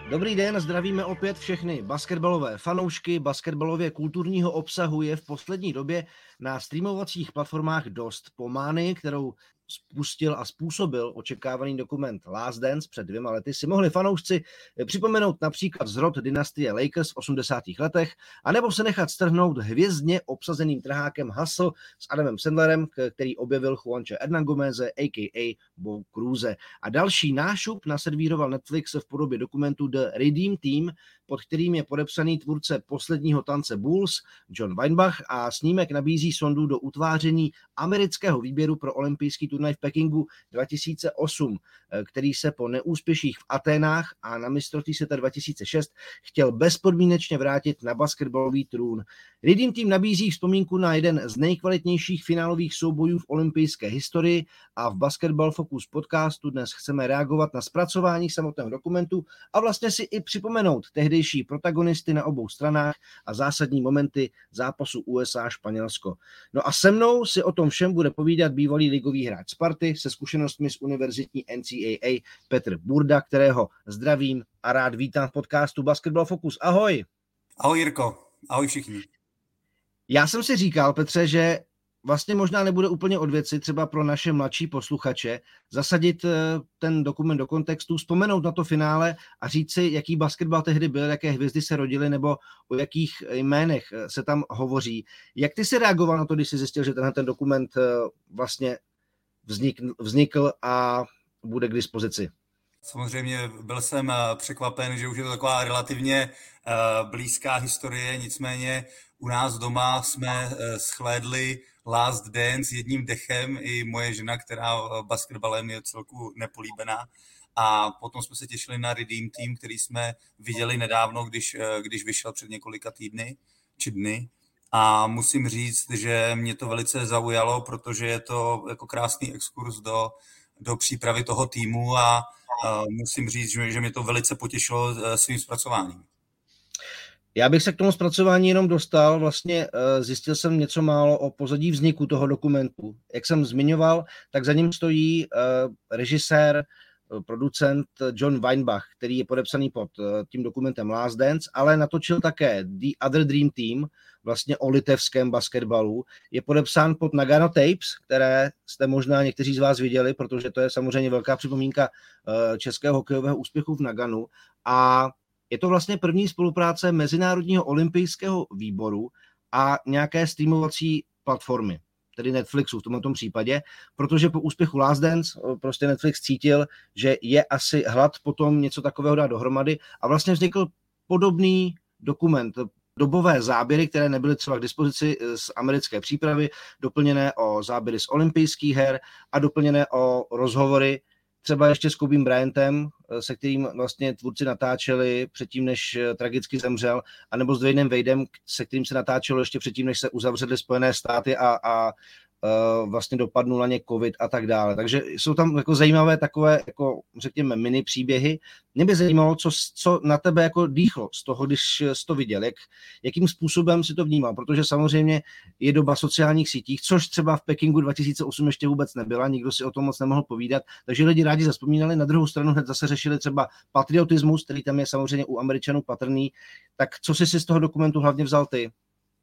Dobrý den, zdravíme opět všechny basketbalové fanoušky. Basketbalově kulturního obsahu je v poslední době na streamovacích platformách dost. Po mánii, kterou spustil a způsobil očekávaný dokument Last Dance před 2 lety, si mohli fanoušci připomenout například zrod dynastie Lakers v 80. letech, anebo se nechat strhnout hvězdně obsazeným trhákem Hustle s Adamem Sandlerem, který objevil Juanče Hernangomeze, a.k.a. Bo Cruise. A další nášup naservíroval Netflix v podobě dokumentu The Redeem Team, pod kterým je podepsaný tvůrce posledního tance Bulls, John Weinbach, a snímek nabízí sondu do utváření amerického výběru pro olympijský turnaj v Pekingu 2008, který se po neúspěších v Aténách a na mistrovství světa 2006 chtěl bezpodmínečně vrátit na basketbalový trůn. Redeem Team nabízí vzpomínku na jeden z nejkvalitnějších finálových soubojů v olympijské historii a v Basketball Focus podcastu dnes chceme reagovat na zpracování samotného dokumentu a vlastně si i připomenout tehdejší protagonisty na obou stranách a zásadní momenty zápasu USA-Španělsko. No a se mnou si o tom všem bude povídat bývalý ligový hráč Sparty se zkušenostmi z univerzitní NCAA Petr Burda, kterého zdravím a rád vítám v podcastu Basketball Focus. Ahoj! Ahoj Jirko, ahoj všichni. Já jsem si říkal, Petře, že vlastně možná nebude úplně od věci, třeba pro naše mladší posluchače, zasadit ten dokument do kontextu, vzpomenout na to finále a říct si, jaký basketbal tehdy byl, jaké hvězdy se rodily nebo o jakých jménech se tam hovoří. Jak ty jsi reagoval na to, když jsi zjistil, že ten dokument vlastně vznikl a bude k dispozici? Samozřejmě byl jsem překvapen, že už je to taková relativně blízká historie, nicméně u nás doma jsme shlédli Last Dance jedním dechem, i moje žena, která basketbalem je celku nepolíbená. A potom jsme se těšili na Redeem Team, který jsme viděli nedávno, když vyšel před několika týdny či dny. A musím říct, že mě to velice zaujalo, protože je to jako krásný exkurs do přípravy toho týmu a musím říct, že mě to velice potěšilo svým zpracováním. Já bych se k tomu zpracování jenom dostal, vlastně zjistil jsem něco málo o pozadí vzniku toho dokumentu. Jak jsem zmiňoval, tak za ním stojí režisér, producent John Weinbach, který je podepsaný pod tím dokumentem Last Dance, ale natočil také The Other Dream Team, vlastně o litevském basketbalu. Je podepsán pod Nagano Tapes, které jste možná někteří z vás viděli, protože to je samozřejmě velká připomínka českého hokejového úspěchu v Naganu. A je to vlastně první spolupráce Mezinárodního olympijského výboru a nějaké streamovací platformy, tedy Netflixu v tomto případě, protože po úspěchu Last Dance prostě Netflix cítil, že je asi hlad potom něco takového dát dohromady a vlastně vznikl podobný dokument, dobové záběry, které nebyly třeba k dispozici z americké přípravy, doplněné o záběry z olympijských her a doplněné o rozhovory třeba ještě s Kobem Bryantem, se kterým vlastně tvůrci natáčeli předtím, než tragicky zemřel, anebo s Dwaynem Wadem, se kterým se natáčelo ještě předtím, než se uzavřely Spojené státy a vlastně dopadnul na ně covid a tak dále. Takže jsou tam jako zajímavé takové, jako řekněme, mini příběhy. Mě by zajímalo, co na tebe jako dýchlo z toho, když jsi to viděl, jakým způsobem si to vnímal, protože samozřejmě je doba sociálních sítích, což třeba v Pekingu 2008 ještě vůbec nebyla, nikdo si o tom moc nemohl povídat, takže lidi rádi zavzpomínali, na druhou stranu hned zase řešili třeba patriotismus, který tam je samozřejmě u Američanů patrný. Tak co jsi si z toho dokumentu hlavně vzal ty?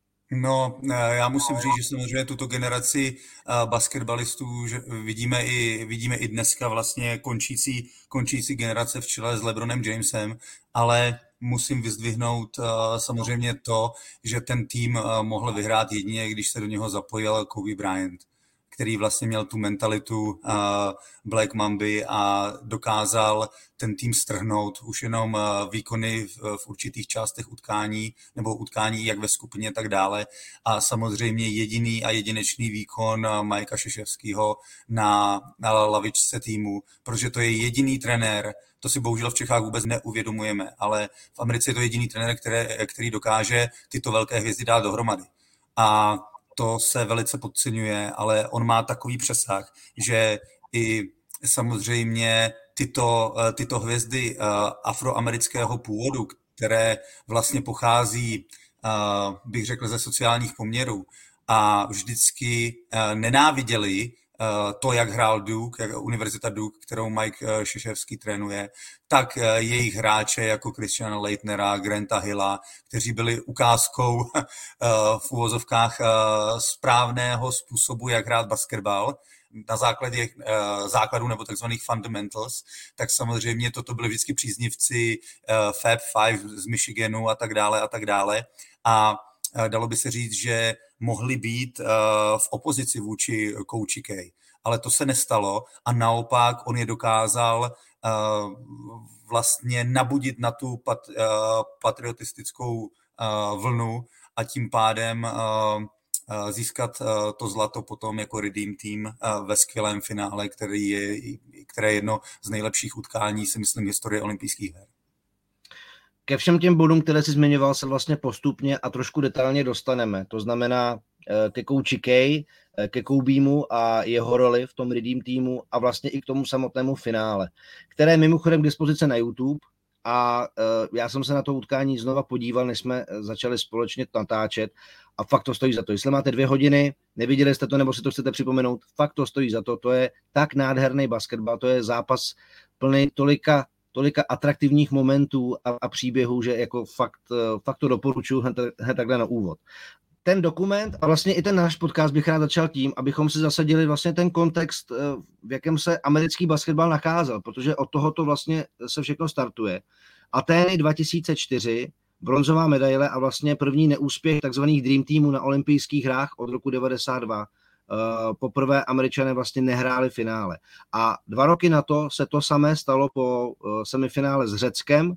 No, já musím říct, že samozřejmě tuto generaci basketbalistů že vidíme i dneska vlastně končící generace v čele s LeBronem Jamesem, ale musím vyzdvihnout samozřejmě to, že ten tým mohl vyhrát jedině, když se do něho zapojil Kobe Bryant, který vlastně měl tu mentalitu Black Mamby a dokázal ten tým strhnout už jenom výkony v určitých částech utkání nebo utkání jak ve skupině, tak dále. A samozřejmě jediný a jedinečný výkon Majka Šeševského na lavičce týmu, protože to je jediný trenér, to si bohužel v Čechách vůbec neuvědomujeme, ale v Americe je to jediný trenér, který dokáže tyto velké hvězdy dát dohromady. A to se velice podceňuje, ale on má takový přesah, že i samozřejmě tyto hvězdy afroamerického původu, které vlastně pochází, bych řekl, ze sociálních poměrů a vždycky nenáviděli to, jak hrál Duke, jak Univerzita Duke, kterou Mike Krzyzewski trénuje, tak jejich hráče jako Christiana Leitnera, Granta Hilla, kteří byli ukázkou v uvozovkách správného způsobu, jak hrát basketbal na základě základů nebo takzvaných fundamentals, tak samozřejmě toto byli vždycky příznivci Fab Five z Michiganu a tak dále. A dalo by se říct, že mohli být v opozici vůči Coachi K. Ale to se nestalo a naopak on je dokázal vlastně nabudit na tu patriotistickou vlnu a tím pádem získat to zlato potom jako Redeem Team ve skvělém finále, které je jedno z nejlepších utkání, si myslím, historie olympijských her. Ke všem těm bodům, které jsi zmiňoval, se vlastně postupně a trošku detailně dostaneme. To znamená ke Coachi K, ke Koubemu a jeho roli v tom Redeem Teamu a vlastně i k tomu samotnému finále, které je mimochodem k dispozici na YouTube a já jsem se na to utkání znova podíval, než jsme začali společně natáčet a fakt to stojí za to. Jestli máte 2 hodiny, neviděli jste to nebo si to chcete připomenout, fakt to stojí za to. To je tak nádherný basketbal, to je zápas plný tolika atraktivních momentů a příběhů, že jako fakt to doporučuji hned takhle na úvod. Ten dokument a vlastně i ten náš podcast bych rád začal tím, abychom si zasadili vlastně ten kontext, v jakém se americký basketbal nacházel, protože od tohoto vlastně se všechno startuje. Atény 2004, bronzová medaile a vlastně první neúspěch takzvaných Dream Teamů na olympijských hrách od roku 92. Poprvé Američané vlastně nehráli finále. A 2 roky na to se to samé stalo po semifinále s Řeckem,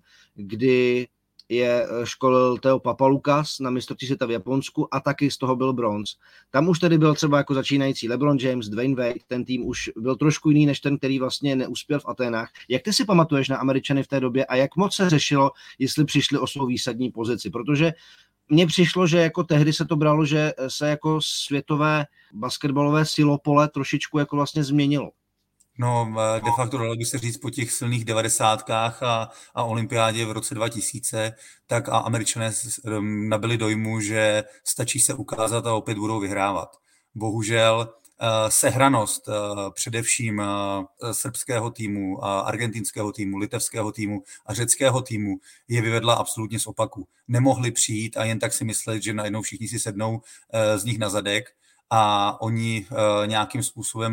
kdy je školil Theo Papaloukas na mistrovství světa v Japonsku a taky z toho byl bronz. Tam už tedy byl třeba jako začínající LeBron James, Dwayne Wade, ten tým už byl trošku jiný než ten, který vlastně neuspěl v Aténách. Jak ty si pamatuješ na Američany v té době a jak moc se řešilo, jestli přišli o svou výsadní pozici? Protože mně přišlo, že jako tehdy se to bralo, že se jako světové basketbalové silopole trošičku jako vlastně změnilo. No, de facto dalo by se říct po těch silných 90kách a olympiádě v roce 2000, tak a Američané nabili dojmu, že stačí se ukázat a opět budou vyhrávat. Bohužel sehranost především srbského týmu, argentinského týmu, litevského týmu a řeckého týmu je vyvedla absolutně z opaku. Nemohli přijít a jen tak si myslet, že najednou všichni si sednou z nich na zadek a oni nějakým způsobem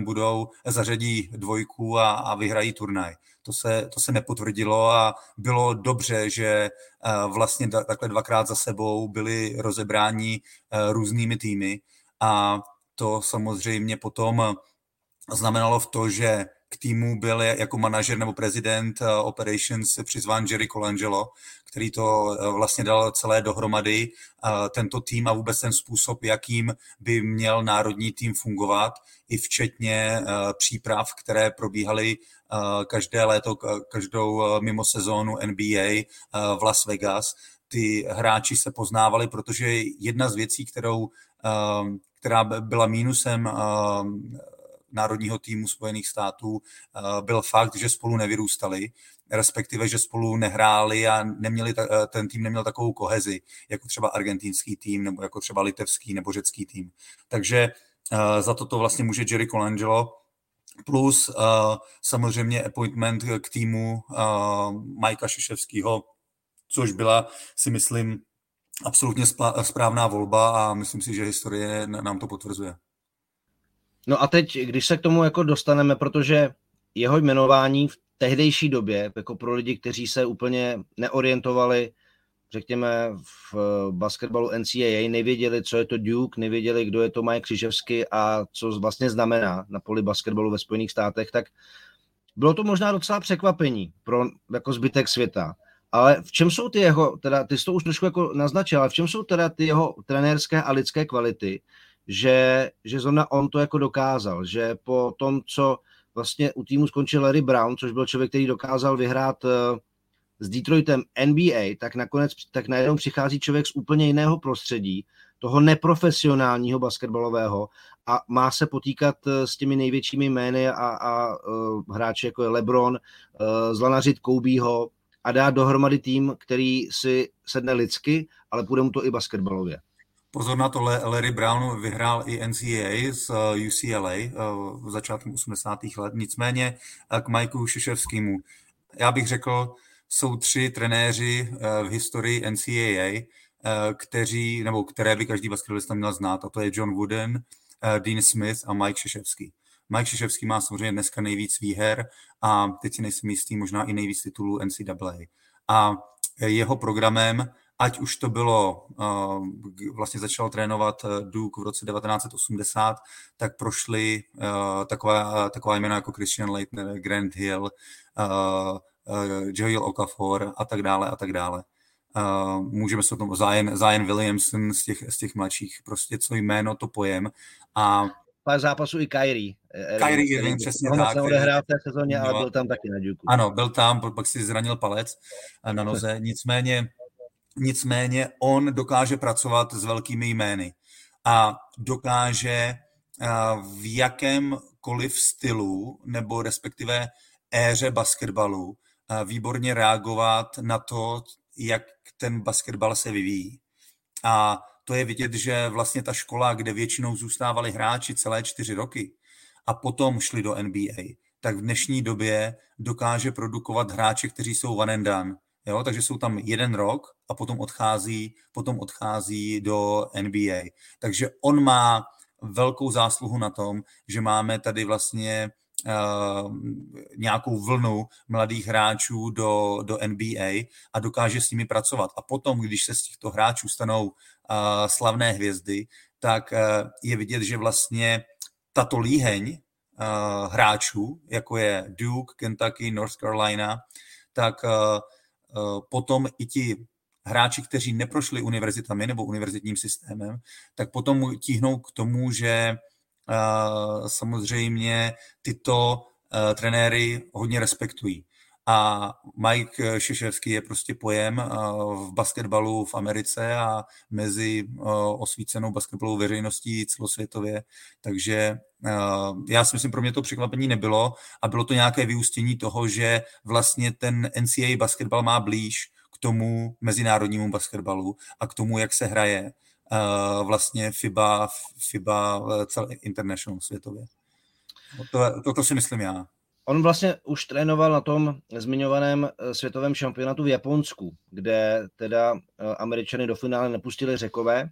zařadí 2 a vyhrají turnaj. To se nepotvrdilo a bylo dobře, že vlastně takhle 2krát za sebou byli rozebráni různými týmy a to samozřejmě potom znamenalo v to, že k týmu byl jako manažer nebo prezident operations přizván Jerry Colangelo, který to vlastně dal celé dohromady, tento tým a vůbec ten způsob, jakým by měl národní tým fungovat, i včetně příprav, které probíhaly každé léto, každou mimo sezónu NBA v Las Vegas. Ty hráči se poznávali, protože jedna z věcí, která byla mínusem národního týmu Spojených států, byl fakt, že spolu nevyrůstali, respektive, že spolu nehráli a ten tým neměl takovou kohezi, jako třeba argentinský tým, nebo jako třeba litevský nebo řecký tým. Takže za to vlastně může Jerry Colangelo, plus samozřejmě appointment k týmu Mikea Krzyzewského, což byla, si myslím, absolutně správná volba a myslím si, že historie nám to potvrzuje. No a teď, když se k tomu jako dostaneme, protože jeho jmenování v tehdejší době, jako pro lidi, kteří se úplně neorientovali, řekněme, v basketbalu NCAA, nevěděli, co je to Duke, nevěděli, kdo je to Mike Krzyzewski a co vlastně znamená na poli basketbalu ve Spojených státech, tak bylo to možná docela překvapení pro jako zbytek světa. Ale v čem jsou ty jeho, teda ty jsi to už trošku jako naznačil, ale v čem jsou teda ty jeho trenérské a lidské kvality, že zrovna on to jako dokázal, že po tom, co vlastně u týmu skončil Larry Brown, což byl člověk, který dokázal vyhrát s Detroitem NBA, tak najednou přichází člověk z úplně jiného prostředí, toho neprofesionálního basketbalového a má se potýkat s těmi největšími jmény a hráči jako je LeBron, zlanařit Kobeho a dát dohromady tým, který si sedne lidsky, ale půjde mu to i basketbalově. Pozor na to, Larry Brown vyhrál i NCAA z UCLA v začátku 80. let, nicméně k Mikeu Krzyzewskimu. Já bych řekl, jsou 3 trenéři v historii NCAA, které by každý basketbalista měl znát, a to je John Wooden, Dean Smith a Mike Krzyzewski. Mike Krzyzewski má samozřejmě dneska nejvíc výher a teď si nejsem jistý, možná i nejvíc titulů NCAA. A jeho programem, ať už to bylo, vlastně začal trénovat Duke v roce 1980, tak prošly taková jména jako Christian Laettner, Grant Hill, Jahlil Okafor a tak dále a tak dále. Můžeme se o tom, Zion Williamson z těch mladších, prostě co jméno, to pojem. A pár zápasů i Kyrie Irving, přesně tak. On odehrál v té sezóně, ale byl tam taky na Duke. Ano, byl tam, pak si zranil palec na noze, nicméně on dokáže pracovat s velkými jmény a dokáže v jakémkoliv stylu nebo respektive éře basketbalu výborně reagovat na to, jak ten basketbal se vyvíjí. A to je vidět, že vlastně ta škola, kde většinou zůstávali hráči celé 4 roky a potom šli do NBA, tak v dnešní době dokáže produkovat hráče, kteří jsou one and done. Jo? Takže jsou tam 1 rok a potom odchází do NBA. Takže on má velkou zásluhu na tom, že máme tady vlastně nějakou vlnu mladých hráčů do NBA a dokáže s nimi pracovat. A potom, když se z těchto hráčů stanou slavné hvězdy, tak je vidět, že vlastně tato líheň hráčů, jako je Duke, Kentucky, North Carolina, tak potom i ti hráči, kteří neprošli univerzitami nebo univerzitním systémem, tak potom tíhnou k tomu, že samozřejmě tyto trenéry hodně respektují. A Mike Krzyzewski je prostě pojem v basketbalu v Americe a mezi osvícenou basketbalovou veřejností celosvětově. Takže já si myslím, pro mě to překvapení nebylo a bylo to nějaké vyústění toho, že vlastně ten NCAA basketbal má blíž k tomu mezinárodnímu basketbalu a k tomu, jak se hraje vlastně FIBA celé international světově. To si myslím já. On vlastně už trénoval na tom zmiňovaném světovém šampionátu v Japonsku, kde teda Američany do finále nepustili Řekové.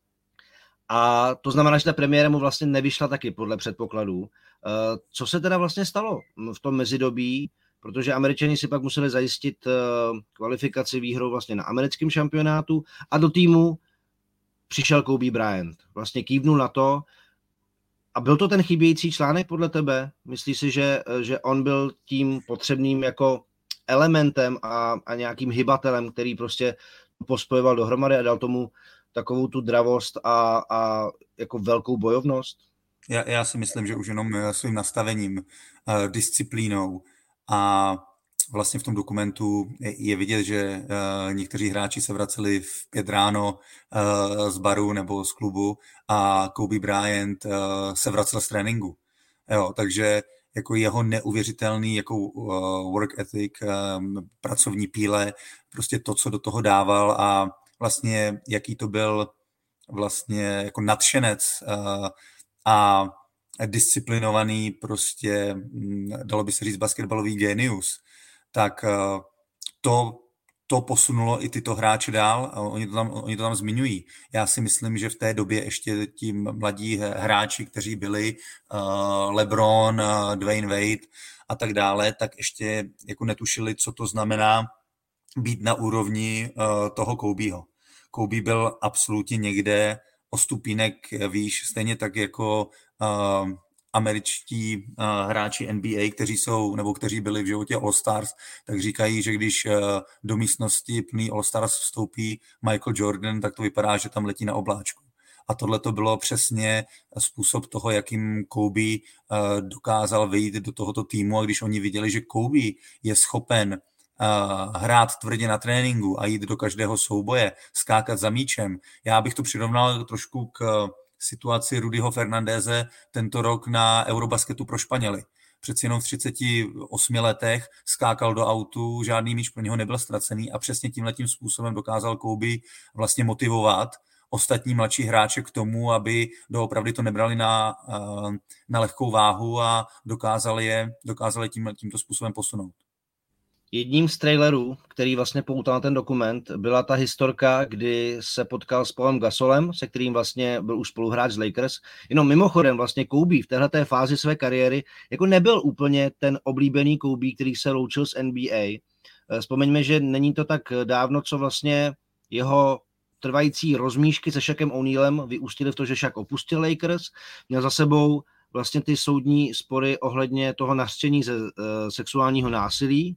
A to znamená, že ta premiéra mu vlastně nevyšla taky podle předpokladů. Co se teda vlastně stalo v tom mezidobí, protože Američani si pak museli zajistit kvalifikaci výhrou vlastně na americkém šampionátu a do týmu přišel Kobe Bryant. Vlastně kývnul na to. A byl to ten chybějící článek podle tebe? Myslíš si, že on byl tím potřebným jako elementem a nějakým hybatelem, který prostě pospojoval dohromady a dal tomu takovou tu dravost a jako velkou bojovnost? Já si myslím, že už jenom svým nastavením, disciplínou a vlastně v tom dokumentu je vidět, že někteří hráči se vraceli v 5 ráno z baru nebo z klubu a Kobe Bryant se vracel z tréninku. Jo, takže jako jeho neuvěřitelný jako work ethic, pracovní píle, prostě to, co do toho dával a vlastně jaký to byl vlastně jako nadšenec a disciplinovaný prostě, dalo by se říct, basketbalový genius, tak to posunulo i tyto hráče dál a oni to tam zmiňují. Já si myslím, že v té době ještě ti mladí hráči, kteří byli LeBron, Dwayne Wade a tak dále, tak ještě jako netušili, co to znamená být na úrovni toho Kobeho. Kobe byl absolutně někde o stupínek výš, stejně tak jako američtí hráči NBA, kteří byli v životě All-Stars, tak říkají, že když do místnosti plný All-Stars vstoupí Michael Jordan, tak to vypadá, že tam letí na obláčku. A tohle to bylo přesně způsob toho, jakým Kobe dokázal vyjít do tohoto týmu. A když oni viděli, že Kobe je schopen hrát tvrdě na tréninku a jít do každého souboje, skákat za míčem, já bych to přirovnal trošku k situaci Rudyho Fernandéze tento rok na Eurobasketu pro Španěly. Přeci jenom v 38 letech skákal do autu, žádný míč pro něho nebyl ztracený a přesně tímhletím způsobem dokázal Kobe vlastně motivovat ostatní mladší hráče k tomu, aby doopravdy to nebrali na lehkou váhu a dokázali tímto způsobem posunout. Jedním z trailerů, který vlastně poutal na ten dokument, byla ta historka, kdy se potkal s Paulem Gasolem, se kterým vlastně byl už spoluhráč z Lakers. Jenom mimochodem vlastně Kobe v téhleté fázi své kariéry jako nebyl úplně ten oblíbený Kobe, který se loučil s NBA. Vzpomeňme, že není to tak dávno, co vlastně jeho trvající rozmíšky se Shaquem O'Nealem vyústily v to, že Shaq opustil Lakers, měl za sebou vlastně ty soudní spory ohledně toho nařčení ze sexuálního násilí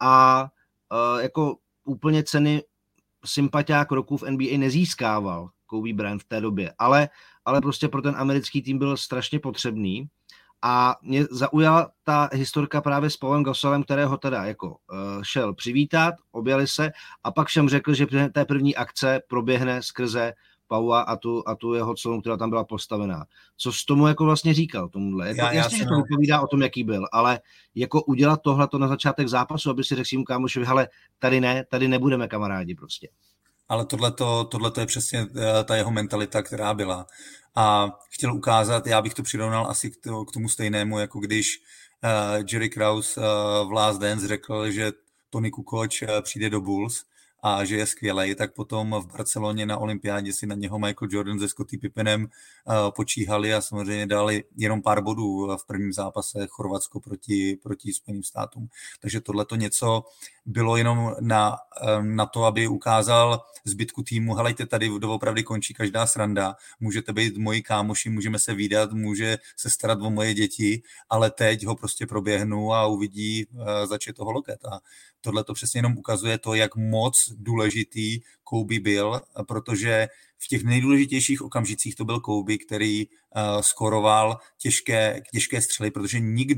a jako úplně ceny sympatiák roku v NBA nezískával Kobe Bryant v té době, ale prostě pro ten americký tým byl strašně potřebný. A mě zaujala ta historka právě s Paulem Gasolem, kterého teda jako šel přivítat, objali se a pak všem řekl, že té první akce proběhne skrze Paula a tu jeho clonu, která tam byla postavená. Co s tomu jako vlastně říkal tomuhle? Jako, jasně, že to vypovídá o tom, jaký byl, ale jako udělat tohleto na začátek zápasu, aby si řekl svým kámošovi, hele, tady nebudeme kamarádi prostě. Ale tohleto je přesně ta jeho mentalita, která byla. A chtěl ukázat, já bych to přirovnal asi k tomu stejnému, jako když Jerry Krause v Last Dance řekl, že Tony Kukoc přijde do Bulls a že je skvělej, tak potom v Barceloně na olympiádě si na něho Michael Jordan se Scottie Pippenem počíhali a samozřejmě dali jenom pár bodů v prvním zápase Chorvatsko proti Spojeným státům. Takže tohleto něco bylo jenom na to, aby ukázal zbytku týmu, helejte, tady doopravdy končí každá sranda, můžete být moji kámoši, můžeme se vídat, může se starat o moje děti, ale teď ho prostě proběhnu a uvidí začet toho loket. A tohle to přesně jenom ukazuje to, jak moc důležitý Kobe byl, protože v těch nejdůležitějších okamžicích to byl Kobe, který skoroval těžké střely, protože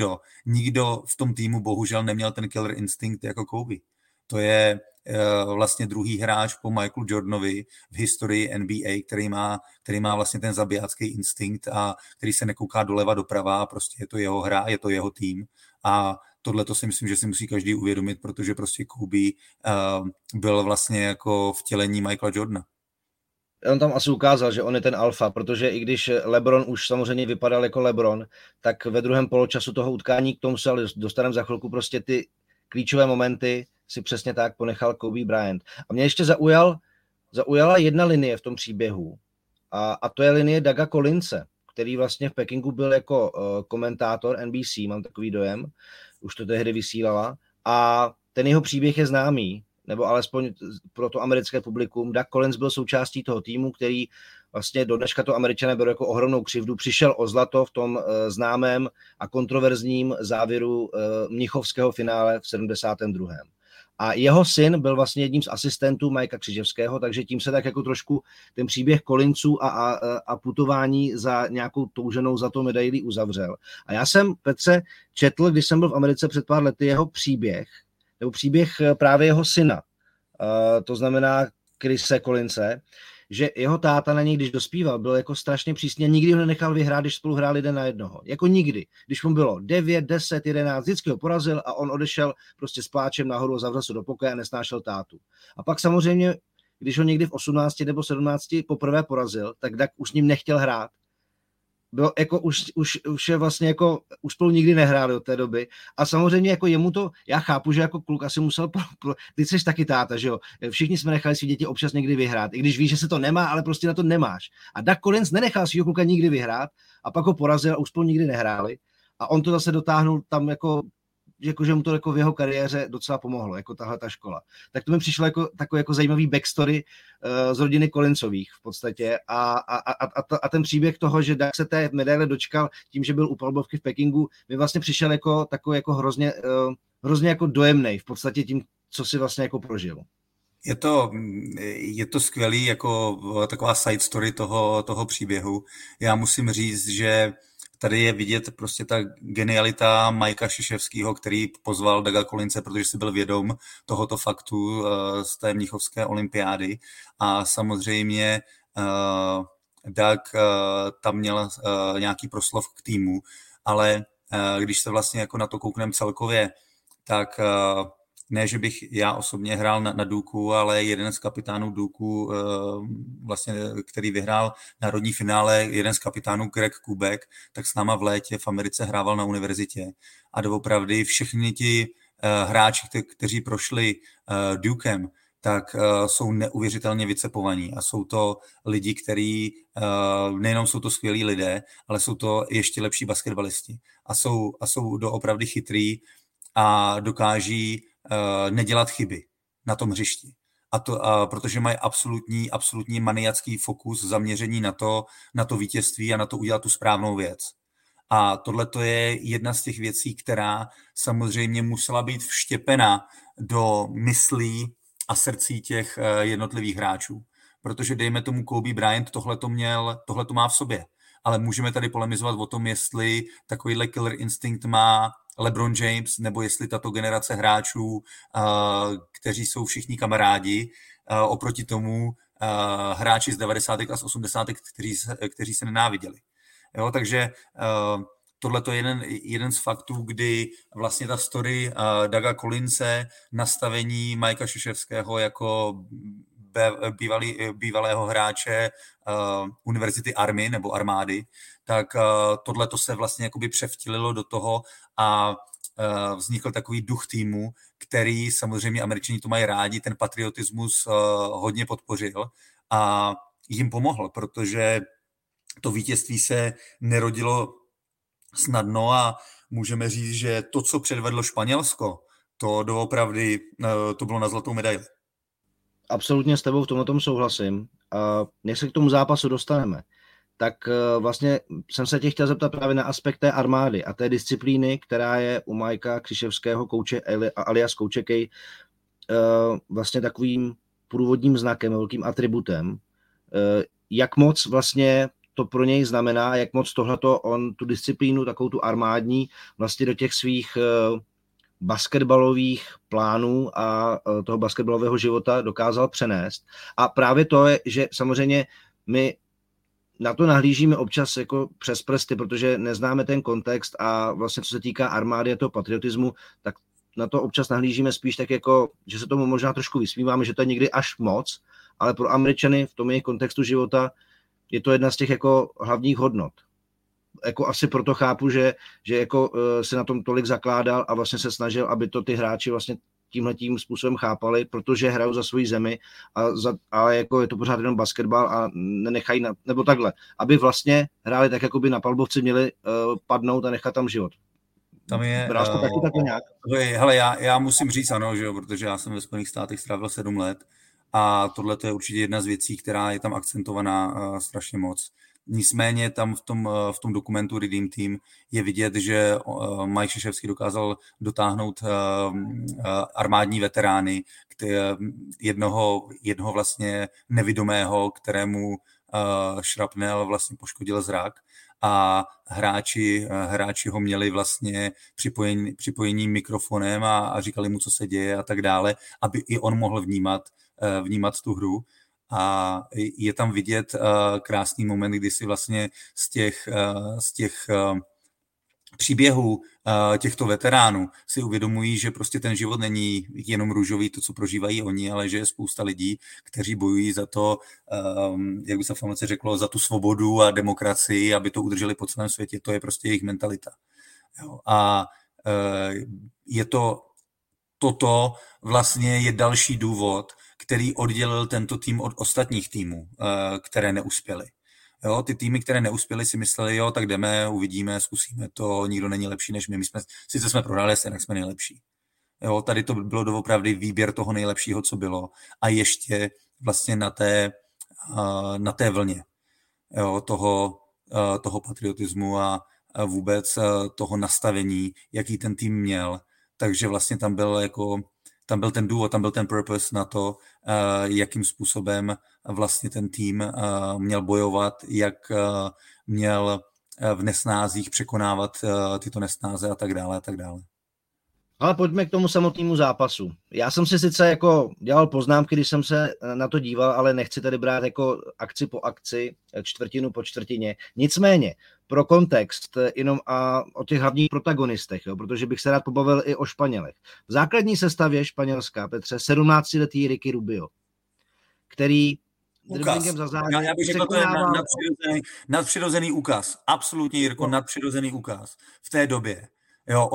nikdo v tom týmu bohužel neměl ten killer instinct jako Kobe. To je vlastně druhý hráč po Michaelu Jordanovi v historii NBA, který má vlastně ten zabijácký instinkt a který se nekouká doleva doprava, prostě je to jeho hra, je to jeho tým a tohle to si myslím, že si musí každý uvědomit, protože prostě Kobe byl vlastně jako vtělení Michaela Jordana. On tam asi ukázal, že on je ten alfa, protože i když LeBron už samozřejmě vypadal jako LeBron, tak ve druhém poločasu toho utkání, k tomu se ale dostaneme za chvilku, prostě ty klíčové momenty si přesně tak ponechal Kobe Bryant. A mě ještě zaujala jedna linie v tom příběhu a to je linie Douga Collinse, který vlastně v Pekingu byl jako komentátor NBC, mám takový dojem, už to tehdy vysílala a ten jeho příběh je známý, nebo alespoň pro to americké publikum. Doug Collins byl součástí toho týmu, který vlastně do dneška to Američané berou jako ohromnou křivdu. Přišel o zlato v tom známém a kontroverzním závěru mnichovského finále v 72. A jeho syn byl vlastně jedním z asistentů Mikea Křiževského, takže tím se tak jako trošku ten příběh Collinsů a putování za nějakou touženou zlatou medailí uzavřel. A já jsem, Petře, četl, když jsem byl v Americe před pár lety, jeho příběh, nebo příběh právě jeho syna, to znamená Chrise Collinse, že jeho táta na něj, když dospíval, byl jako strašně přísně, nikdy ho nenechal vyhrát, když spolu hráli 1-1. Jako nikdy. Když mu bylo 9, 10, 11, vždycky ho porazil a on odešel prostě s pláčem nahoru a zavřel se do pokoje a nesnášel tátu. A pak samozřejmě, když ho někdy v 18 nebo 17 poprvé porazil, tak Doug už s ním nechtěl hrát. Bylo jako už je vlastně jako, už spolu nikdy nehráli od té doby a samozřejmě jako jemu to, já chápu, že jako kluk asi musel, ty jsi taky táta, že jo, všichni jsme nechali svý děti občas někdy vyhrát, i když víš, že se to nemá, ale prostě na to nemáš. A Doug Collins nenechal svýho kluka nikdy vyhrát a pak ho porazil a už spolu nikdy nehráli a on to zase dotáhnul tam jako že mu to jako v jeho kariéře docela pomohlo, jako tahle ta škola. Tak to mi přišlo jako takový jako zajímavý backstory z rodiny Collinsových v podstatě a ten příběh toho, že Doug se té medaile dočkal tím, že byl u palbovky v Pekingu, mi vlastně přišel jako takový jako hrozně jako dojemnej v podstatě tím, co si vlastně jako prožil. Je to skvělý jako taková side story toho příběhu. Já musím říct, že tady je vidět prostě ta genialita Mikea Krzyzewského, který pozval Douga Collinse, protože si byl vědom tohoto faktu z té mnichovské olympiády. A samozřejmě Doug tam měl nějaký proslov k týmu, ale když se vlastně jako na to koukneme celkově, tak ne, že bych já osobně hrál na Duku, ale jeden z kapitánů Duku, vlastně, který vyhrál národní finále, jeden z kapitánů Greg Kubek, tak s náma v létě v Americe hrával na univerzitě. A doopravdy všechny ti hráči, kteří prošli Dukem, tak jsou neuvěřitelně vycepovaní a jsou to lidi, kteří nejenom jsou to skvělí lidé, ale jsou to ještě lepší basketbalisti a jsou doopravdy chytrý a dokáží nedělat chyby na tom hřišti. Protože mají absolutní maniacký fokus, zaměření na to vítězství a na to udělat tu správnou věc. A tohle to je jedna z těch věcí, která samozřejmě musela být vštěpena do myslí a srdcí těch jednotlivých hráčů. Protože dejme tomu Kobe Bryant tohle to má v sobě. Ale můžeme tady polemizovat o tom, jestli takovýhle killer instinct má LeBron James, nebo jestli tato generace hráčů, kteří jsou všichni kamarádi, oproti tomu hráči z 90. a z 80. kteří se nenáviděli. Jo, takže tohle to je jeden z faktů, kdy vlastně ta story Douga Collinse, nastavení Mikea Krzyzewského jako bývalého hráče univerzity Army nebo armády, tak tohle to se vlastně jakoby převtililo do toho a vznikl takový duch týmu, který samozřejmě Američani to mají rádi, ten patriotismus hodně podpořil a jim pomohl, protože to vítězství se nerodilo snadno a můžeme říct, že to, co předvedlo Španělsko, to doopravdy to bylo na zlatou medaili. Absolutně s tebou v tomhle souhlasím. A než se k tomu zápasu dostaneme, tak vlastně jsem se tě chtěl zeptat právě na aspekt té armády a té disciplíny, která je u Mikea Krzyzewského, kouče alias kouče K, vlastně takovým průvodním znakem, velkým atributem. Jak moc vlastně to pro něj znamená, jak moc tohleto on tu disciplínu, takovou tu armádní, vlastně do těch svých basketbalových plánů a toho basketbalového života dokázal přenést. A právě to je, že samozřejmě my na to nahlížíme občas jako přes prsty, protože neznáme ten kontext a vlastně co se týká armády a toho patriotismu, tak na to občas nahlížíme spíš tak jako, že se tomu možná trošku vysmíváme, že to je někdy až moc, ale pro Američany v tom jejich kontextu života je to jedna z těch jako hlavních hodnot. Jako asi proto chápu, že jako se na tom tolik zakládal a vlastně se snažil, aby to ty hráči vlastně tímhletím způsobem chápali, protože hrajou za svoji zemi a jako je to pořád jenom basketbal a nenechají, nebo takhle, aby vlastně hráli tak, jako by na palbovci měli padnout a nechat tam život. Tam je, Bráš to taky nějak? Hele, já musím říct ano, že jo, protože já jsem ve Spojených státech strávil 7 let a tohle je určitě jedna z věcí, která je tam akcentovaná strašně moc. Nicméně tam v tom dokumentu Redeem Team je vidět, že Mike Krzyzewski dokázal dotáhnout armádní veterány, jednoho vlastně nevidomého, kterému šrapnel vlastně poškodil zrak a hráči ho měli vlastně připojení mikrofonem a říkali mu, co se děje a tak dále, aby i on mohl vnímat tu hru. A je tam vidět krásný moment, kdy si vlastně z těch příběhů těchto veteránů si uvědomují, že prostě ten život není jenom růžový, to, co prožívají oni, ale že je spousta lidí, kteří bojují za to, jak by se v Americe řeklo, za tu svobodu a demokracii, aby to udrželi po celém světě. To je prostě jejich mentalita. Jo. A toto vlastně je další důvod, který oddělil tento tým od ostatních týmů, které neuspěly. Jo, ty týmy, které neuspěly, si mysleli, jo, tak jdeme, uvidíme, zkusíme to, nikdo není lepší než my. Sice jsme prohráli, jinak jsme nejlepší. Jo, tady to bylo doopravdy výběr toho nejlepšího, co bylo. A ještě vlastně na té vlně, jo, toho patriotismu a vůbec toho nastavení, jaký ten tým měl. Takže vlastně tam byl ten důvod, tam byl ten purpose na to, jakým způsobem vlastně ten tým měl bojovat, jak měl v nesnázích překonávat tyto nesnáze a tak dále a tak dále. Ale pojďme k tomu samotnému zápasu. Já jsem si sice jako dělal poznámky, když jsem se na to díval, ale nechci tady brát jako akci po akci, čtvrtinu po čtvrtině. Nicméně, pro kontext jenom a o těch hlavních protagonistech, jo, protože bych se rád pobavil i o Španělech. V základní sestavě Španělska, Petře, 17letý Ricky Rubio, který driblingem za zády já bych řekl, to je nadpřirozený úkaz. Absolutně, Jirko, nadpřirozený úkaz v té době. Jo,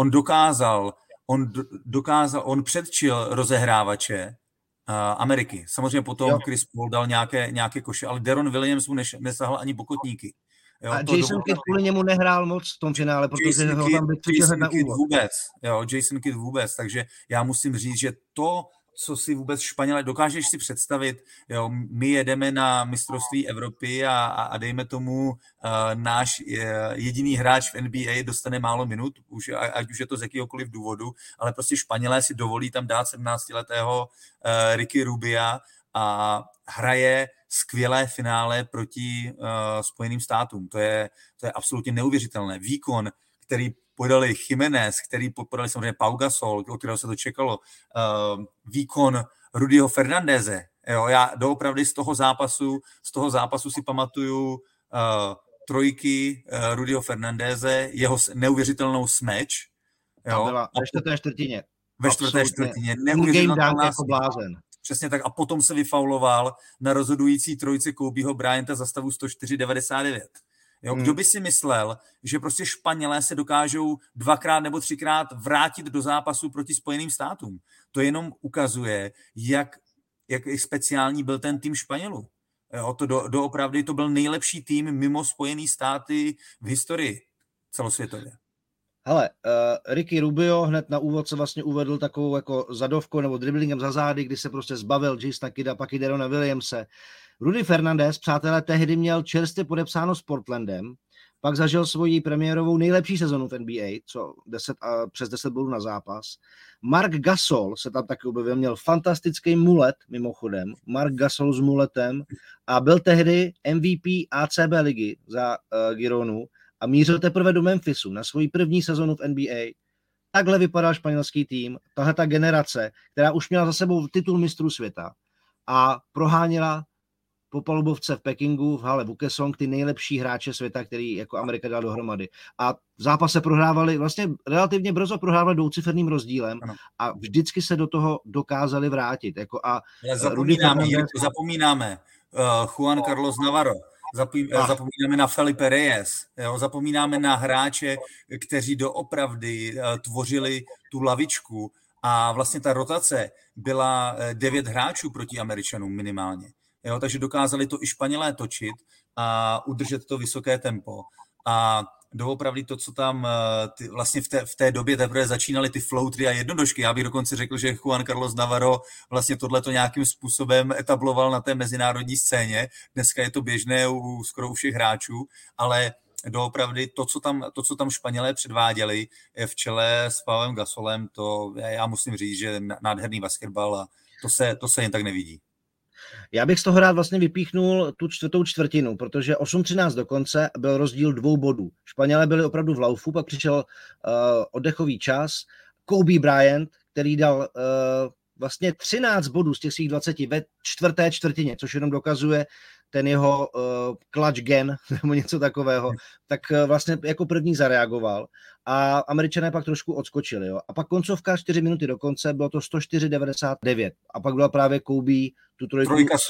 on předčil rozehrávače Ameriky. Samozřejmě potom Chris Paul dal nějaké koše, ale Deron Williams mu nesahl ani bokotníky. Jo, a Jason Kidd kvůli němu nehrál moc v tom finále, protože ho tam vytvořil na úvod. Jason Kidd vůbec, takže já musím říct, že to, co si vůbec Španělé, dokážeš si představit, jo, my jedeme na mistrovství Evropy a dejme tomu náš jediný hráč v NBA dostane málo minut, ať už je to z jakýhokoliv důvodu, ale prostě Španělé si dovolí tam dát 17letého Ricky Rubia a hraje skvělé finále proti Spojeným státům. To je absolutně neuvěřitelné. Výkon, který podali Jiménez, který podali samozřejmě Pau Gasol, o kterého se to čekalo, výkon Rudyho Fernandeze. Jo, já doopravdy z toho zápasu si pamatuju trojky Rudyho Fernandeze, jeho neuvěřitelnou smeč. Jo, byla ve čtvrté čtvrtině. Ve čtvrté čtvrtině. Neuvěřitelná jako blázen. Přesně tak. A potom se vyfauloval na rozhodující trojce Kobeho Bryanta za stavu 104-99. Jo, kdo by si myslel, že prostě Španělé se dokážou 2x nebo 3x vrátit do zápasu proti Spojeným státům. To jenom ukazuje, jak speciální byl ten tým Španělů. Jo, doopravdy to byl nejlepší tým mimo Spojený státy v historii celosvětově. Hele, Ricky Rubio hned na úvod se vlastně uvedl takovou jako zadovkou nebo driblingem za zády, kdy se prostě zbavil Jasona Kidda, pak i Derona Williamse. Rudy Fernandez, přátelé, tehdy měl čerstvě podepsáno s Portlandem, pak zažil svoji premiérovou nejlepší sezonu v NBA, přes 10 bodů na zápas. Marc Gasol se tam taky objevil, měl fantastický mulet, mimochodem, Marc Gasol s muletem a byl tehdy MVP ACB ligy za Gironu a mířil teprve do Memphisu na svoji první sezonu v NBA. Takhle vypadal španělský tým, tahle ta generace, která už měla za sebou titul mistrů světa a proháněla po palubovce v Pekingu, v hale Wukesong, ty nejlepší hráče světa, který jako Amerika dala dohromady. A v zápase prohrávali, vlastně relativně brzo prohrávali dvouciferným rozdílem a vždycky se do toho dokázali vrátit. Jako zapomínáme Juan Carlos Navarro, zapomínáme na Felipe Reyes, jo, zapomínáme na hráče, kteří doopravdy tvořili tu lavičku a vlastně ta rotace byla 9 hráčů proti Američanům minimálně. Jo, takže dokázali to i Španělé točit a udržet to vysoké tempo. A doopravdy to, co tam vlastně v té době teprve začínaly ty floatry a jednodušky. Já bych dokonce řekl, že Juan Carlos Navarro vlastně tohleto nějakým způsobem etabloval na té mezinárodní scéně. Dneska je to běžné skoro u všech hráčů, ale doopravdy to, co tam Španělé předváděli v čele s Paulem Gasolem, to já musím říct, že nádherný basketbal a to se jen tak nevidí. Já bych z toho rád vlastně vypíchnul tu čtvrtou čtvrtinu, protože 8:13 do konce byl rozdíl 2 bodů. Španělé byli opravdu v laufu, pak přišel oddechový čas. Kobe Bryant, který dal vlastně 13 bodů z těch svých 20 ve čtvrté čtvrtině, což jenom dokazuje ten jeho clutch gen nebo něco takového, tak vlastně jako první zareagoval a Američané pak trošku odskočili. Jo. A pak koncovka 4 minuty do konce, bylo to 104-99 a pak byla právě Kobe tu trojka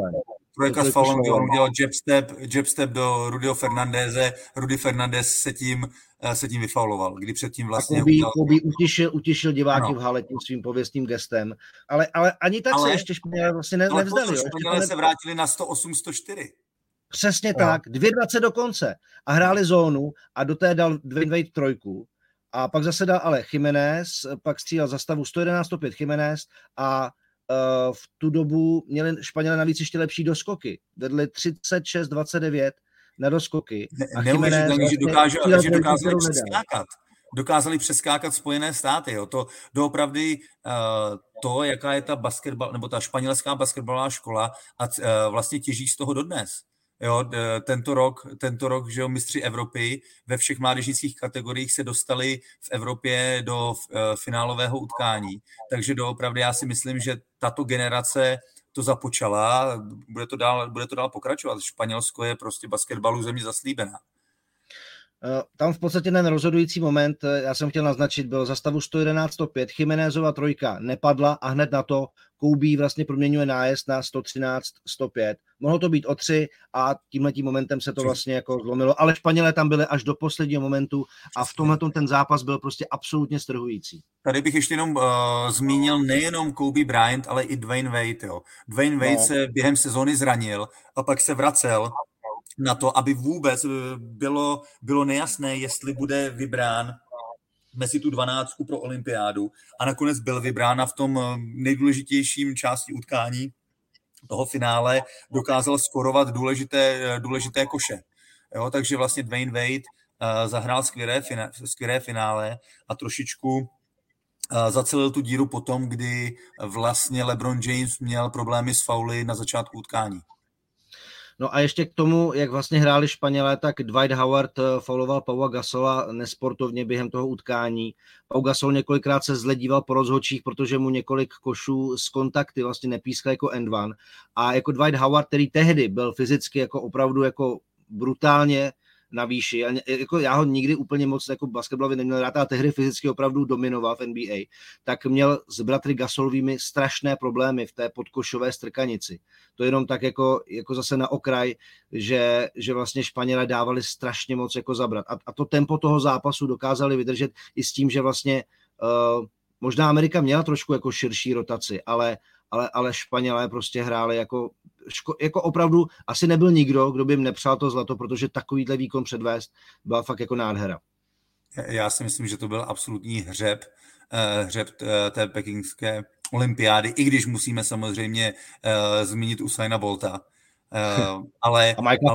s faulem, kdy on udělal jab step do Rudyho Fernandeze, Rudy Fernandez se tím vyfauloval, kdy předtím vlastně Kobe utišil diváky v hale tím svým pověstným gestem, ale ani tak se ještě Španělé vlastně nevzdali. Španělé se vrátili na 108-104. Přesně tak, 2:20 do konce a hráli zónu a do té dal Dwayne Wade trojku a pak zase dal ale Jiménez, pak střílel za stavu 111-105 Jiménez a v tu dobu měli Španělé navíc ještě lepší doskoky. Vedli 36-29 na doskoky. Neuvěřitelný, že dokázali přeskákat. Dokázali přeskákat Spojené státy. Jo. To doopravdy to, jaká je ta basketbal, nebo ta španělská basketbalová škola a vlastně těží z toho dodnes. Jo, tento rok, že jo, mistři Evropy ve všech mládežnických kategoriích se dostali v Evropě do finálového utkání. Takže doopravdy já si myslím, že tato generace to započala, bude to dál pokračovat. Španělsko je prostě basketbalu země zaslíbená. Tam v podstatě ten rozhodující moment, já jsem chtěl naznačit, byl za stavu 111-105, Jiménezova trojka nepadla a hned na to Kobe vlastně proměňuje nájezd na 113-105. Mohlo to být o 3 a tímhletím momentem se to vlastně jako zlomilo, ale Španělé tam byli až do posledního momentu a v tomhletom ten zápas byl prostě absolutně strhující. Tady bych ještě jenom zmínil nejenom Kobe Bryant, ale i Dwayne Wade. Jo. Dwayne Wade se během sezóny zranil a pak se vracel na to, aby vůbec bylo nejasné, jestli bude vybrán mezi tu 12 pro olympiádu a nakonec byl vybrán a v tom nejdůležitějším části utkání toho finále dokázal skorovat důležité koše. Jo, takže vlastně Dwayne Wade zahrál skvělé finále a trošičku zacelil tu díru potom, kdy vlastně LeBron James měl problémy s fauly na začátku utkání. No a ještě k tomu, jak vlastně hráli Španělé, tak Dwight Howard fauloval Paula Gasola nesportovně během toho utkání. Pau Gasol několikrát se zle díval po rozhodčích, protože mu několik košů z kontakty vlastně nepískal jako end one. A jako Dwight Howard, který tehdy byl fyzicky jako opravdu jako brutálně na výši. Jako já ho nikdy úplně moc jako basketbalově neměl rád, ale tehdy fyzicky opravdu dominoval v NBA, tak měl s bratry Gasolovými strašné problémy v té podkošové strkanici. To jenom tak jako zase na okraj, že vlastně Španělé dávali strašně moc jako zabrat. A to tempo toho zápasu dokázali vydržet i s tím, že vlastně možná Amerika měla trošku jako širší rotaci, ale Španělé prostě hráli jako opravdu asi nebyl nikdo, kdo by jim nepřál to zlato, protože takovýhle výkon předvést byla fakt jako nádhera. Já si myslím, že to byl absolutní hřeb té pekingské olympiády, i když musíme samozřejmě zmínit Usaina Bolta. Ale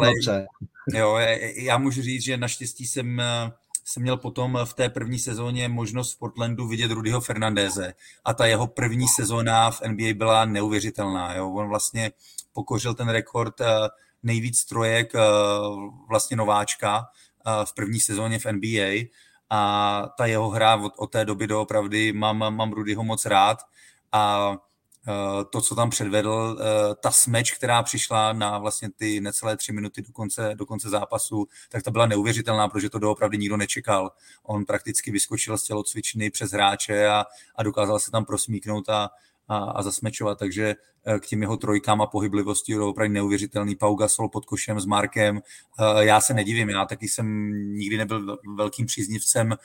jo, já můžu říct, že naštěstí jsem měl potom v té první sezóně možnost v Portlandu vidět Rudyho Fernandéze a ta jeho první sezóna v NBA byla neuvěřitelná. Jo. On vlastně pokořil ten rekord nejvíc trojek vlastně nováčka v první sezóně v NBA a ta jeho hra od té doby doopravdy mám Rudyho moc rád a to, co tam předvedl, ta smeč, která přišla na vlastně ty necelé 3 minuty do konce zápasu, tak ta byla neuvěřitelná, protože to doopravdy nikdo nečekal. On prakticky vyskočil z tělocvičny přes hráče a dokázal se tam prosmíknout a zasmečovat, takže k těm jeho trojkám a pohyblivosti je opravdu neuvěřitelný. Pau Gasol pod košem s Markem. Já se nedivím, já taky jsem nikdy nebyl velkým příznivcem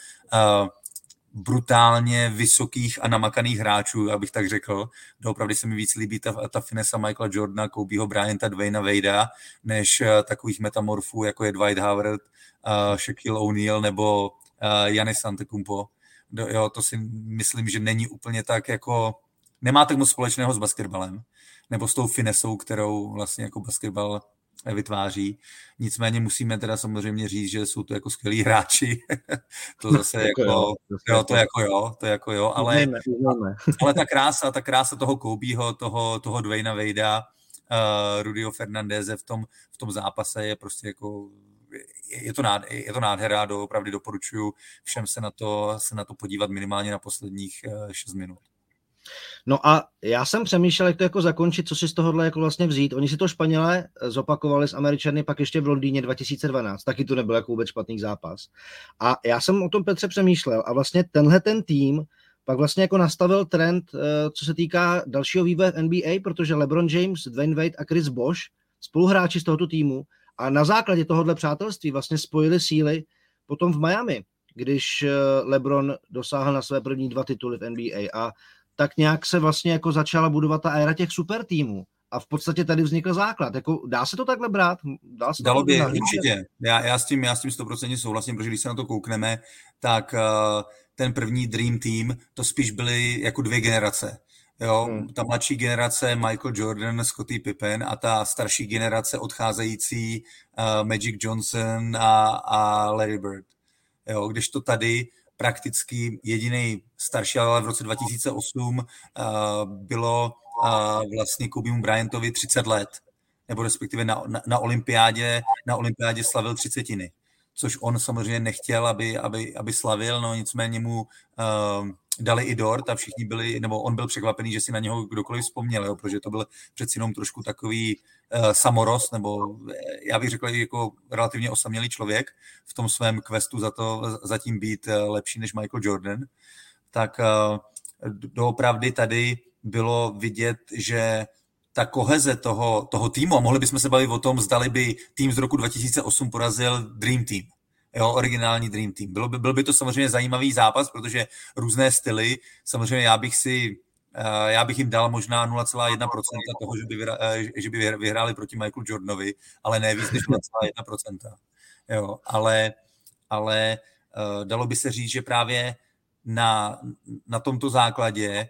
brutálně vysokých a namakaných hráčů, abych tak řekl. Doopravdy se mi víc líbí ta finesa Michaela Jordana, Kobeho Bryanta, Dwayna Wadea, než takových metamorfů, jako je Dwight Howard, Shaquille O'Neal nebo Giannis Antetokounmpo. Jo, to si myslím, že není úplně tak jako... Nemá tak moc společného s basketbalem, nebo s tou finesou, kterou vlastně jako basketbal vytváří. Nicméně musíme teda samozřejmě říct, že jsou to jako skvělí hráči. To zase to jako jo, ale ta krása toho Kobeho, toho Dwayna Wadea, Rudyho Fernandéze v tom zápase je prostě jako je to nádhera, opravdu doporučuji všem se na to podívat minimálně na posledních 6 minut. No a já jsem přemýšlel, jak to jako zakončit, co si z tohohle jako vlastně vzít. Oni si to Španělé zopakovali s Američany pak ještě v Londýně 2012. Taky to nebyl jako vůbec špatný zápas. A já jsem o tom, Petře, přemýšlel a vlastně tenhle ten tým pak vlastně jako nastavil trend, co se týká dalšího vývoje v NBA, protože LeBron James, Dwayne Wade a Chris Bosh, spoluhráči z tohoto týmu, a na základě tohohle přátelství vlastně spojili síly potom v Miami, když LeBron dosáhl na své první 2 tituly v NBA a tak nějak se vlastně jako začala budovat ta éra těch super týmů. A v podstatě tady vznikl základ. Jako, dá se to takhle brát? Dalo by, určitě. Já s tím 100% souhlasím, protože když se na to koukneme, tak ten první Dream Team, to spíš byly jako 2 generace. Jo, ta mladší generace Michael Jordan, Scottie Pippen a ta starší generace odcházející Magic Johnson a Larry Bird. Jo, když to tady prakticky jediný starší, ale v roce 2008 bylo vlastně Kobe Bryantovi 30 let. nebo respektive na olympiádě slavil 30, což on samozřejmě nechtěl, aby slavil, no nicméně mu dali i dort a všichni byli, nebo on byl překvapený, že si na něho kdokoliv vzpomněl, jo, protože to byl přeci jenom trošku takový samorost, nebo já bych řekl jako relativně osamělý člověk v tom svém questu zatím být lepší než Michael Jordan. Tak doopravdy tady bylo vidět, že ta koheze toho týmu, a mohli bychom se bavit o tom, zdali by tým z roku 2008 porazil Dream Team, jo, originální Dream Team. Byl by to samozřejmě zajímavý zápas, protože různé styly, samozřejmě já bych jim dal možná 0,1% toho, že by vyhráli proti Michaelu Jordanovi, ale ne víc než 0,1%. Jo, ale dalo by se říct, že právě na tomto základě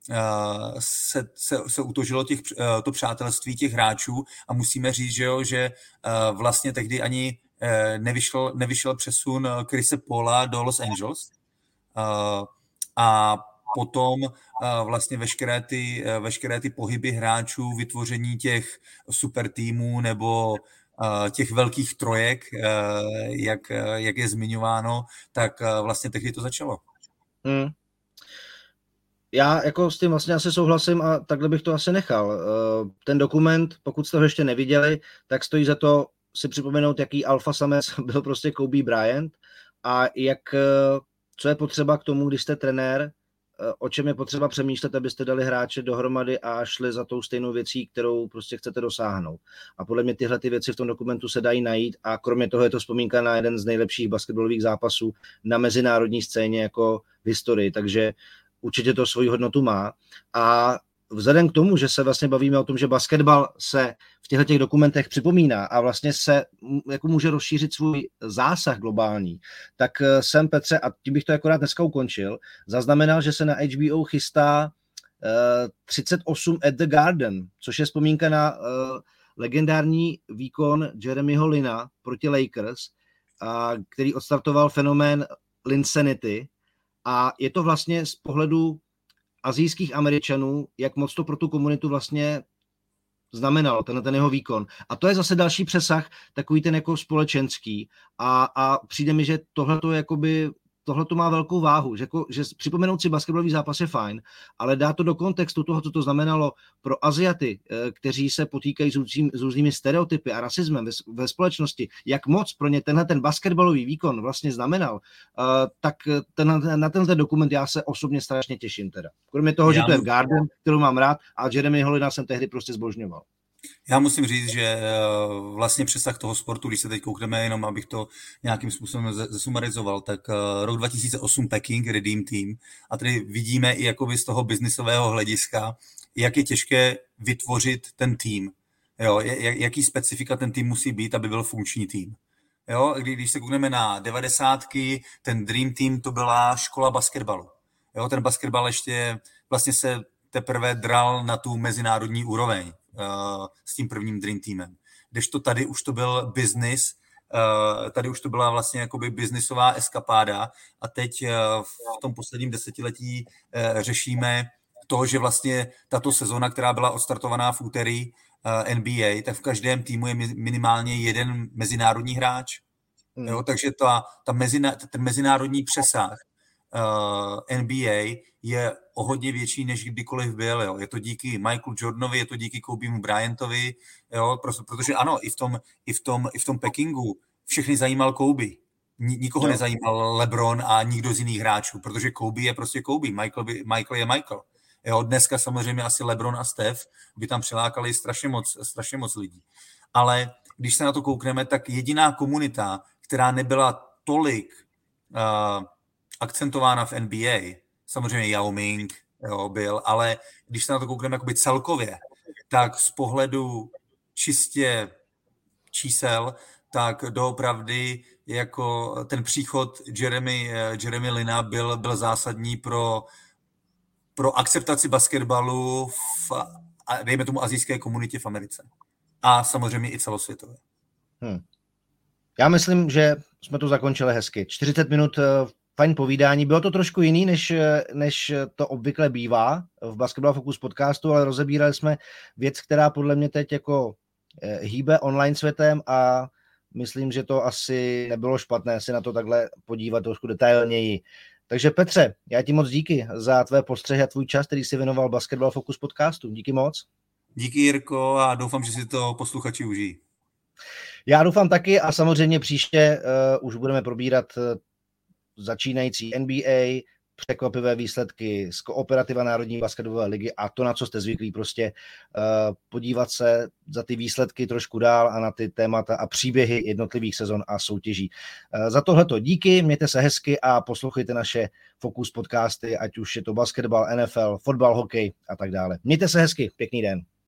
se utožilo to přátelství těch hráčů a musíme říct, že vlastně tehdy ani nevyšel přesun Chrisse Paula do Los Angeles a potom vlastně veškeré ty pohyby hráčů, vytvoření těch super týmů nebo těch velkých trojek, jak je zmiňováno, tak vlastně tehdy to začalo. Já jako s tím vlastně asi souhlasím a takhle bych to asi nechal. Ten dokument, pokud jste ho ještě neviděli, tak stojí za to si připomenout, jaký alfa samec byl prostě Kobe Bryant a co je potřeba k tomu, když jste trenér, o čem je potřeba přemýšlet, abyste dali hráče dohromady a šli za tou stejnou věcí, kterou prostě chcete dosáhnout. A podle mě tyhle ty věci v tom dokumentu se dají najít a kromě toho je to vzpomínka na jeden z nejlepších basketbalových zápasů na mezinárodní scéně jako v historii, takže určitě to svoji hodnotu má. A vzhledem k tomu, že se vlastně bavíme o tom, že basketbal se v těchto dokumentech připomíná a vlastně se jako může rozšířit svůj zásah globální, tak jsem, Petře, a tím bych to akorát dneska ukončil, zaznamenal, že se na HBO chystá 38 at the Garden, což je vzpomínka na legendární výkon Jeremyho Lina proti Lakers, který odstartoval fenomén Linsanity. A je to vlastně z pohledu asijských Američanů, jak moc to pro tu komunitu vlastně znamenalo, ten jeho výkon. A to je zase další přesah, takový ten jako společenský. A přijde mi, že tohleto má velkou váhu, že připomenout si basketbalový zápas je fajn, ale dá to do kontextu toho, co to znamenalo pro Aziaty, kteří se potýkají s různými stereotypy a rasismem ve společnosti, jak moc pro ně ten basketbalový výkon vlastně znamenal, tak na tenhle dokument já se osobně strašně těším teda. Kromě toho, že to je v Garden, kterou mám rád, a Jeremy Holina jsem tehdy prostě zbožňoval. Já musím říct, že vlastně přesah toho sportu, když se teď koukneme, jenom abych to nějakým způsobem zesumarizoval, tak rok 2008 Peking, Redeem Team, a tady vidíme i jakoby z toho biznisového hlediska, jak je těžké vytvořit ten tým. Jo, jaký specifika ten tým musí být, aby byl funkční tým. Jo, když se koukneme na 90, ten Dream Team to byla škola basketbalu. Jo, ten basketbal ještě vlastně se teprve dral na tu mezinárodní úroveň s tím prvním Dream Teamem. Kdežto tady už to byl business, tady už to byla vlastně jakoby businessová eskapáda a teď v tom posledním desetiletí řešíme to, že vlastně tato sezona, která byla odstartovaná v úterý NBA, tak v každém týmu je minimálně jeden mezinárodní hráč. Jo, takže ten mezinárodní přesah NBA je o hodně větší, než kdykoliv byl. Jo. Je to díky Michaelu Jordanovi, je to díky Kobemu Bryantovi, jo, protože ano, i v tom Pekingu všechny zajímal Kobe. Nikoho nezajímal LeBron a nikdo z jiných hráčů, protože Kobe je prostě Kobe, Michael je Michael. Jo, dneska samozřejmě asi LeBron a Steph by tam přilákali strašně moc lidí. Ale když se na to koukneme, tak jediná komunita, která nebyla tolik akcentována v NBA, samozřejmě Yao Ming byl, ale když se na to koukneme jakoby celkově, tak z pohledu čistě čísel, tak doopravdy jako ten příchod Jeremy Lina byl zásadní pro akceptaci basketbalu dejme tomu asijské komunitě v Americe. A samozřejmě i celosvětové. Já myslím, že jsme to zakončili hezky. 40 minut fajn povídání. Bylo to trošku jiný, než to obvykle bývá v Basketball Focus podcastu, ale rozebírali jsme věc, která podle mě teď jako hýbe online světem a myslím, že to asi nebylo špatné si na to takhle podívat trošku detailněji. Takže Petře, já ti moc díky za tvé postřehy a tvůj čas, který jsi věnoval Basketball Focus podcastu. Díky moc. Díky, Jirko, a doufám, že si to posluchači užijí. Já doufám taky a samozřejmě příště už budeme probírat začínající NBA, překvapivé výsledky z Kooperativa Národní basketbalové ligy a to, na co jste zvyklí, prostě podívat se za ty výsledky trošku dál a na ty témata a příběhy jednotlivých sezon a soutěží. Za tohleto díky, mějte se hezky a poslouchejte naše Focus podcasty, ať už je to basketbal, NFL, fotbal, hokej a tak dále. Mějte se hezky, pěkný den.